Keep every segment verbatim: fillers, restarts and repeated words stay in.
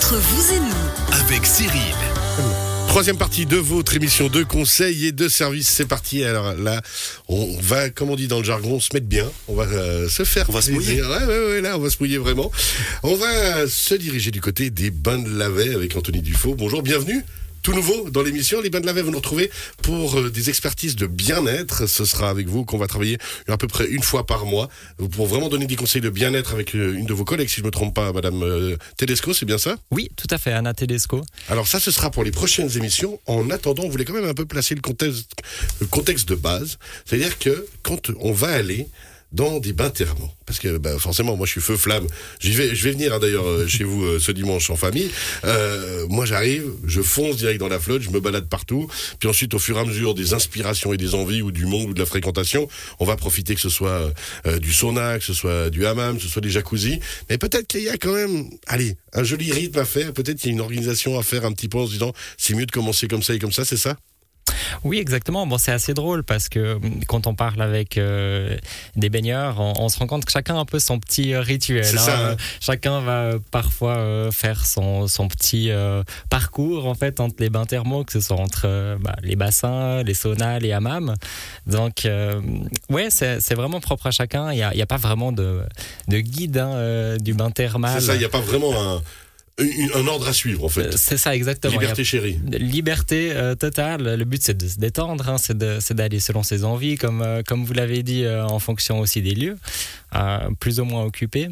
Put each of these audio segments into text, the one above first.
Entre vous et nous, avec Cyril. Troisième partie de votre émission de conseils et de services. C'est parti. Alors là, on va, comme on dit dans le jargon, se mettre bien. On va euh, se faire. On va se mouiller. Ouais, ouais, ouais, là, on va se mouiller vraiment. On va se diriger du côté des bains de Lavey avec Anthony Dufaux. Bonjour, bienvenue. Tout nouveau dans l'émission, les bains de Lavey, vous nous retrouvez pour euh, des expertises de bien-être. Ce sera avec vous qu'on va travailler à peu près une fois par mois pour vraiment donner des conseils de bien-être avec euh, une de vos collègues, si je ne me trompe pas, Madame euh, Tedesco, c'est bien ça? Oui, tout à fait, Anna Tedesco. Alors ça, ce sera pour les prochaines émissions. En attendant, on voulait quand même un peu placer le contexte, le contexte de base. C'est-à-dire que quand on va aller dans des bains thermaux, parce que bah, forcément, moi je suis feu flamme. J'y vais, je vais venir hein, d'ailleurs euh, chez vous euh, ce dimanche en famille. Euh, moi j'arrive, je fonce direct dans la flotte, je me balade partout. Puis ensuite, au fur et à mesure des inspirations et des envies ou du monde ou de la fréquentation, on va profiter que ce soit euh, du sauna, que ce soit du hammam, que ce soit des jacuzzis. Mais peut-être qu'il y a quand même, allez, un joli rythme à faire. Peut-être qu'il y a une organisation à faire un petit peu en se disant, c'est mieux de commencer comme ça et comme ça, c'est ça? Oui, exactement. Bon, c'est assez drôle parce que quand on parle avec euh, des baigneurs, on, on se rend compte que chacun a un peu son petit rituel. C'est hein. ça, hein. Chacun va parfois euh, faire son, son petit euh, parcours en fait entre les bains thermaux, que ce soit entre euh, bah, les bassins, les saunas, les hammams. Donc, euh, ouais, c'est, c'est vraiment propre à chacun. Il n'y a, il y a pas vraiment de, de guide hein, euh, du bain thermal. C'est ça, il n'y a pas vraiment un... un ordre à suivre en fait. C'est ça exactement. Liberté chérie. Liberté euh, totale. Le but c'est de se détendre, hein, c'est, de, c'est d'aller selon ses envies, comme, euh, comme vous l'avez dit, euh, en fonction aussi des lieux, euh, plus ou moins occupés.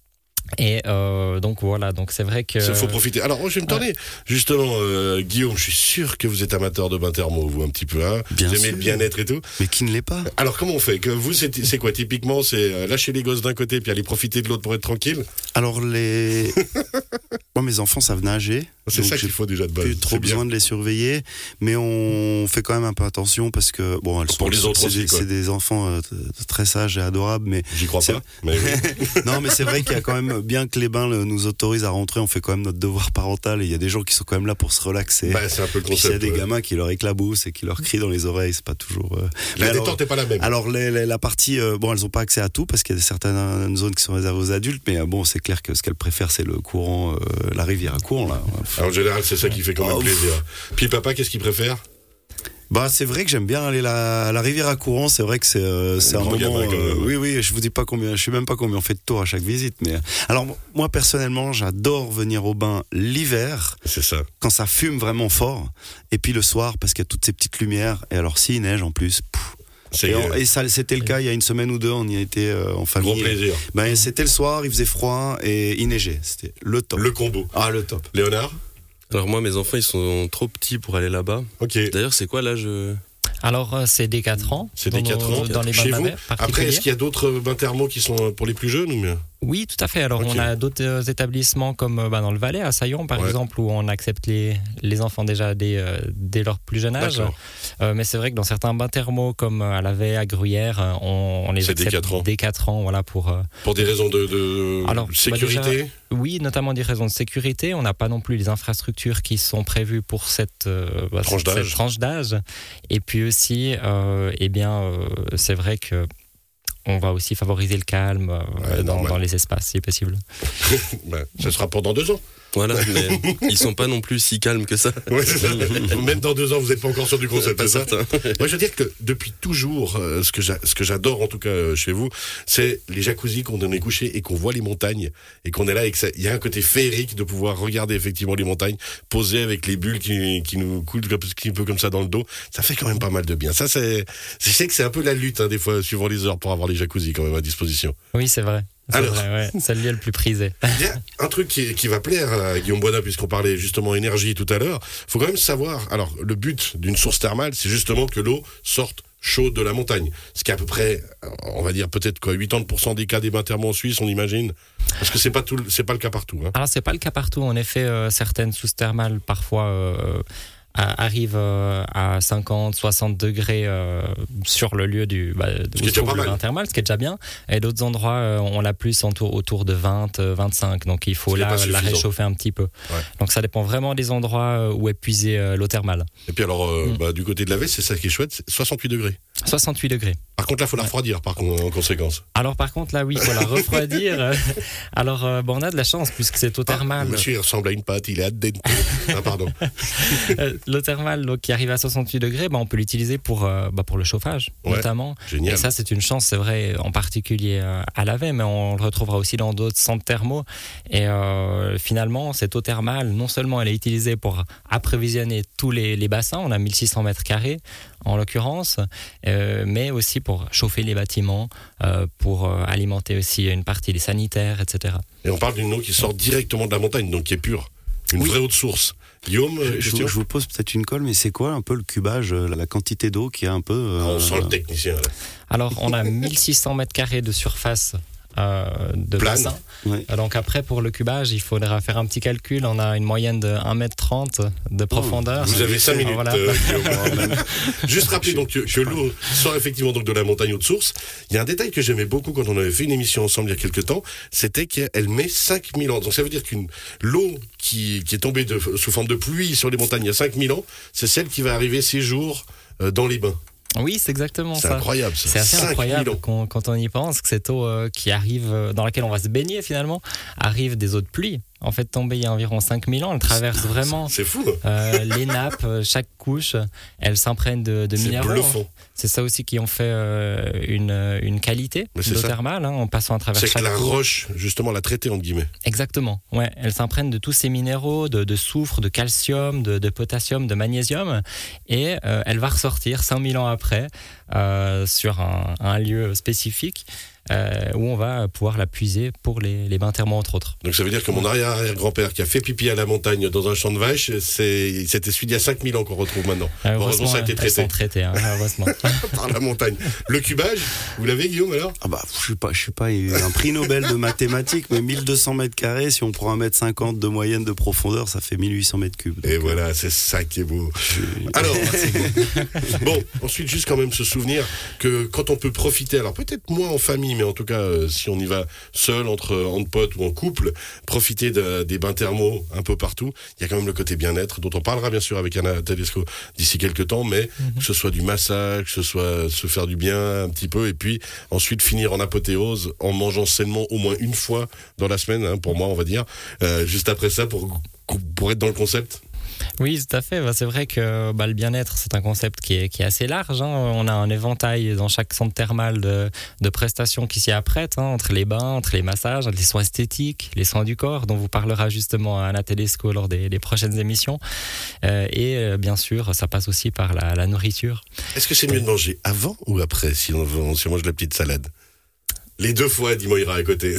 Et euh, donc voilà, donc c'est vrai que... Il faut profiter. Alors moi je vais me tourner, ouais. justement euh, Guillaume, je suis sûr que vous êtes amateur de bains thermaux, vous un petit peu, hein. Bien vous aimez sûr. le bien-être et tout. Mais qui ne l'est pas? Alors comment on fait que vous, c'est, c'est quoi typiquement? C'est euh, lâcher les gosses d'un côté puis aller profiter de l'autre pour être tranquille? Alors les... Moi mes enfants savent nager. C'est ça qu'il faut déjà de base. Plus trop besoin de les surveiller, mais on fait quand même un peu attention parce que bon, elles pour sont, les autres c'est, aussi, des, quoi. c'est des enfants euh, très sages et adorables, mais j'y crois c'est... pas. Mais oui. Non, mais c'est vrai qu'il y a quand même, bien que les bains nous autorisent à rentrer, on fait quand même notre devoir parental et il y a des gens qui sont quand même là pour se relaxer. Bah, c'est un peu le Puis concept. il y a des ouais. gamins qui leur éclaboussent et qui leur crient dans les oreilles, c'est pas toujours. Euh... La mais détente alors, n'est pas la même. Alors les, les, la partie, euh, bon, elles ont pas accès à tout parce qu'il y a certaines zones qui sont réservées aux adultes, mais euh, bon, c'est clair que ce qu'elles préfèrent, c'est le courant, euh, la rivière à courant là. Alors, en général, c'est ça qui fait quand même Oh, plaisir. Puis papa, qu'est-ce qu'il préfère? Bah c'est vrai que j'aime bien aller la, la rivière à courant, c'est vrai que c'est, euh, c'est un moment. Gamin, Euh, oui oui, je vous dis pas combien, je sais même pas combien on fait de tours à chaque visite, mais alors moi personnellement, j'adore venir au bain l'hiver. C'est ça. Quand ça fume vraiment fort, et puis le soir parce qu'il y a toutes ces petites lumières, et alors s'il neige en plus. Pouf, C'est et, on, et ça, c'était le cas il y a une semaine ou deux, on y a été euh, en famille. gros plaisir. Ben, c'était le soir, il faisait froid et il neigeait. C'était le top. Le combo. Ah, le top. Léonard? Alors moi, mes enfants, ils sont trop petits pour aller là-bas. Ok. D'ailleurs, c'est quoi l'âge euh... Alors, c'est des quatre ans. C'est des quatre ans. Dans les bains Chez de vous. Lavey, Après, est-ce qu'il y a d'autres bains thermaux qui sont pour les plus jeunes ou bien? Oui, tout à fait. Alors, Okay. on a d'autres euh, établissements comme euh, bah, dans le Valais, à Saillon, par ouais. exemple, où on accepte les, les enfants déjà dès, euh, dès leur plus jeune âge. Euh, mais c'est vrai que dans certains bains thermaux, comme à Lavey, à Gruyère, on, on les c'est accepte dès quatre ans. dès quatre ans, voilà, pour... Euh... Pour des raisons de, de Alors, sécurité bah déjà, oui, notamment des raisons de sécurité. On n'a pas non plus les infrastructures qui sont prévues pour cette, euh, bah, tranche, cette, d'âge. cette tranche d'âge. Et puis aussi, euh, eh bien, euh, c'est vrai que on va aussi favoriser le calme euh, ouais, dans, dans les espaces, si possible. ben, ça sera pendant deux ans. Voilà, mais ils sont pas non plus si calmes que ça. Ouais, c'est ça. Même dans deux ans, vous n'êtes pas encore sûr du concept, Pas c'est ça? certain. Moi, je veux dire que depuis toujours, euh, ce, que j'a, ce que j'adore en tout cas euh, chez vous, c'est les jacuzzis qu'on est couché et qu'on voit les montagnes et qu'on est là et que ça, il y a un côté féerique de pouvoir regarder effectivement les montagnes, poser avec les bulles qui, qui nous coulent un petit peu comme ça dans le dos. Ça fait quand même pas mal de bien. Ça, c'est, je sais que c'est un peu la lutte hein, des fois suivant les heures pour avoir les jacuzzis quand même à disposition. Oui, c'est vrai. C'est Alors, vrai, ouais. C'est le lieu le plus prisé. Il y a un truc qui, qui va plaire à Guillaume Boina, puisqu'on parlait justement énergie tout à l'heure. Il faut quand même savoir, alors le but d'une source thermale, c'est justement que l'eau sorte chaude de la montagne. Ce qui est à peu près, on va dire peut-être quoi, quatre-vingts pour cent des cas des bains thermaux en Suisse, on imagine. Parce que c'est pas tout, c'est pas le cas partout. Hein. Alors c'est pas le cas partout. En effet, euh, certaines sources thermales parfois euh, arrive à cinquante, soixante degrés euh, sur le lieu du bah, de où se trouve le bain thermal, ce qui est déjà bien. Et d'autres endroits, euh, on l'a plus autour, autour de vingt, vingt-cinq. Donc il faut là la réchauffer un petit peu. Ouais. Donc ça dépend vraiment des endroits où est puisée euh, l'eau thermale. Et puis alors, euh, mmh. bah, du côté de Lavey, c'est ça qui est chouette, c'est soixante-huit degrés. soixante-huit degrés. Par contre, là, il faut la refroidir, par con- en conséquence. Alors, par contre, là, oui, il faut la refroidir. Alors, euh, bon, on a de la chance, puisque c'est eau thermale. Ah, monsieur, il ressemble à une pâte, il est ad dente. Ah, pardon. Euh, L'eau thermale, donc, qui arrive à soixante-huit degrés, bah, on peut l'utiliser pour, euh, bah, pour le chauffage, Ouais, notamment. Génial. Et ça, c'est une chance, c'est vrai, en particulier euh, à Lavet, mais on le retrouvera aussi dans d'autres centres thermaux. Et euh, finalement, cette eau thermale, non seulement elle est utilisée pour approvisionner tous les, les bassins, on a mille six cents mètres carrés en l'occurrence, euh, mais aussi pour chauffer les bâtiments, euh, pour euh, alimenter aussi une partie des sanitaires, et cetera. Et on parle d'une eau qui sort directement de la montagne, donc qui est pure. Une Oui. vraie eau de source. Guillaume, Je, euh, je, question je vous pose peut-être une colle, mais c'est quoi un peu le cubage, euh, la, la quantité d'eau qui est un peu... euh, Ah, on sent le technicien, là. Alors, on a mille six cents mètres carrés de surface euh, de Plane. bassin. Ouais. Donc après, pour le cubage, il faudra faire un petit calcul. On a une moyenne de un mètre trente de profondeur. Vous avez cinq minutes, Voilà. euh, Guillaume. Juste rappeler donc que, que l'eau sort effectivement donc de la montagne ou de source. Il y a un détail que j'aimais beaucoup quand on avait fait une émission ensemble il y a quelques temps, c'était qu'elle met cinq mille ans. Donc ça veut dire qu'une l'eau qui, qui est tombée de, sous forme de pluie sur les montagnes il y a cinq mille ans, c'est celle qui va arriver ces jours euh, dans les bains. Oui, c'est exactement C'est ça. incroyable ça. C'est assez cinq mille incroyable ans. quand, quand on y pense que cette eau euh, qui arrive, euh, dans laquelle on va se baigner finalement, arrive des eaux de pluie. En fait, tombée il y a environ cinq mille ans, elle traverse vraiment C'est fou. euh, les nappes, euh, chaque couche, elle s'imprègne de, de C'est minéraux. bluffant. C'est ça aussi qui en fait euh, une, une qualité Mais c'est d'eau ça. thermale, hein, en passant à travers C'est que chaque la couche. roche, justement, la traitée entre guillemets. Exactement, ouais. Elle s'imprègne de tous ces minéraux, de, de soufre, de calcium, de, de potassium, de magnésium, et euh, elle va ressortir cinq mille ans après euh, sur un, un lieu spécifique euh, où on va pouvoir la puiser pour les, les bains thermaux entre autres. Donc ça veut dire que mon arrière-arrière-grand-père qui a fait pipi à la montagne dans un champ de vaches, c'est, c'était celui d'il y a cinq mille ans qu'on retrouve maintenant. Euh, Heureusement, ça a été elles traité sont traitées, hein, heureusement. par la montagne. Le cubage, vous l'avez Guillaume alors? Ah bah, je suis pas, je suis pas un prix Nobel de mathématiques, mais mille deux cents mètres carrés, si on prend un mètre cinquante de moyenne de profondeur, ça fait mille huit cents mètres cubes. Donc, Et voilà, c'est ça qui est beau. Alors, bon, ensuite juste quand même se souvenir que quand on peut profiter, alors peut-être moins en famille, mais en tout cas euh, si on y va seul, entre, entre potes ou en couple, profiter de, des bains thermaux un peu partout, il y a quand même le côté bien-être, dont on parlera bien sûr avec Anna Tedesco d'ici quelques temps, mais mm-hmm. que ce soit du massage, que ce soit se faire du bien un petit peu, et puis ensuite finir en apothéose en mangeant sainement au moins une fois dans la semaine, hein, pour moi on va dire, euh, juste après ça pour, pour être dans le concept. Oui, tout à fait. C'est vrai que bah, le bien-être, c'est un concept qui est, qui est assez large. Hein. On a un éventail dans chaque centre thermal de, de prestations qui s'y apprêtent, hein, entre les bains, entre les massages, les soins esthétiques, les soins du corps, dont vous parlera justement Anna Tedesco lors des, des prochaines émissions. Euh, et euh, bien sûr, ça passe aussi par la, la nourriture. Est-ce que c'est mieux de manger avant ou après si on, si on mange la petite salade? Les deux fois, dit Moira à côté.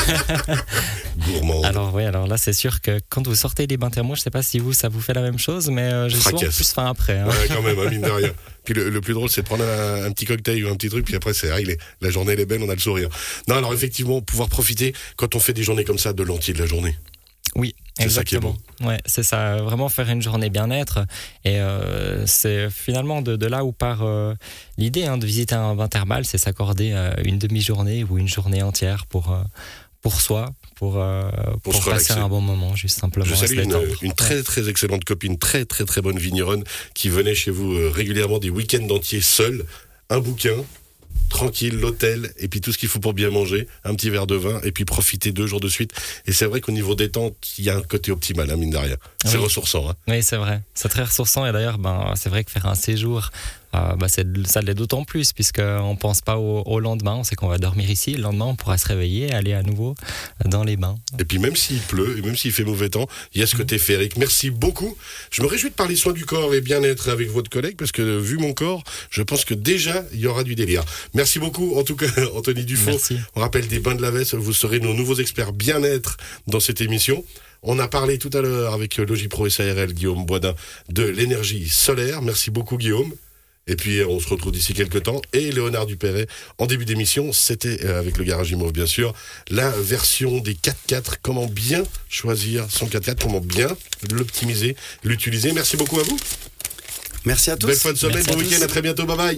Gourmand. Alors oui, alors là c'est sûr que quand vous sortez des bains thermaux, je sais pas si vous ça vous fait la même chose, mais euh, j'ai souvent plus faim après. Hein. Ouais, quand même, hein, mine de rien. Puis le, le plus drôle, c'est de prendre un, un petit cocktail ou un petit truc, puis après c'est réglé. La journée elle est belle, on a le sourire. Non, alors effectivement, pouvoir profiter quand on fait des journées comme ça de l'entier de la journée. Oui, c'est exactement. Ça qui est bon. Ouais, c'est ça. Vraiment faire une journée bien-être. Et euh, c'est finalement de, de là où part euh, l'idée hein, de visiter un bain thermal, c'est s'accorder euh, une demi-journée ou une journée entière pour, euh, pour soi, pour, euh, pour, pour passer un bon moment, juste simplement. Je salue une, une très très excellente copine, très très très bonne vigneronne qui venait chez vous euh, régulièrement des week-ends entiers seule, un bouquin. Tranquille, l'hôtel, et puis tout ce qu'il faut pour bien manger, un petit verre de vin, et puis profiter deux jours de suite. Et c'est vrai qu'au niveau détente, il y a un côté optimal, hein, mine de rien. C'est oui. ressourçant. Hein. Oui, c'est vrai. C'est très ressourçant, et d'ailleurs, ben, c'est vrai que faire un séjour, euh, ben, c'est, ça l'est d'autant plus, puisqu'on ne pense pas au, au lendemain, on sait qu'on va dormir ici, le lendemain, on pourra se réveiller, aller à nouveau dans les bains. Et puis même s'il pleut, et même s'il fait mauvais temps, il y a ce côté féerique. Merci beaucoup. Je me réjouis de parler soins du corps et bien-être avec votre collègue, parce que vu mon corps, je pense que déjà, il y aura du délire. Merci beaucoup, en tout cas, Anthony Dufault. Merci. On rappelle des bains de la Veste, vous serez nos nouveaux experts bien-être dans cette émission. On a parlé tout à l'heure avec Logipro S A R L, Guillaume Boisdin, de l'énergie solaire. Merci beaucoup, Guillaume. Et puis, on se retrouve d'ici quelques temps. Et Léonard Dupéret, en début d'émission, c'était, avec le Garage Immo, bien sûr, la version des quatre-quatre. Comment bien choisir son quatre-quatre, comment bien l'optimiser, l'utiliser. Merci beaucoup à vous. Merci à tous. Belle fin de semaine, Merci bon week-end, à très bientôt, bye bye.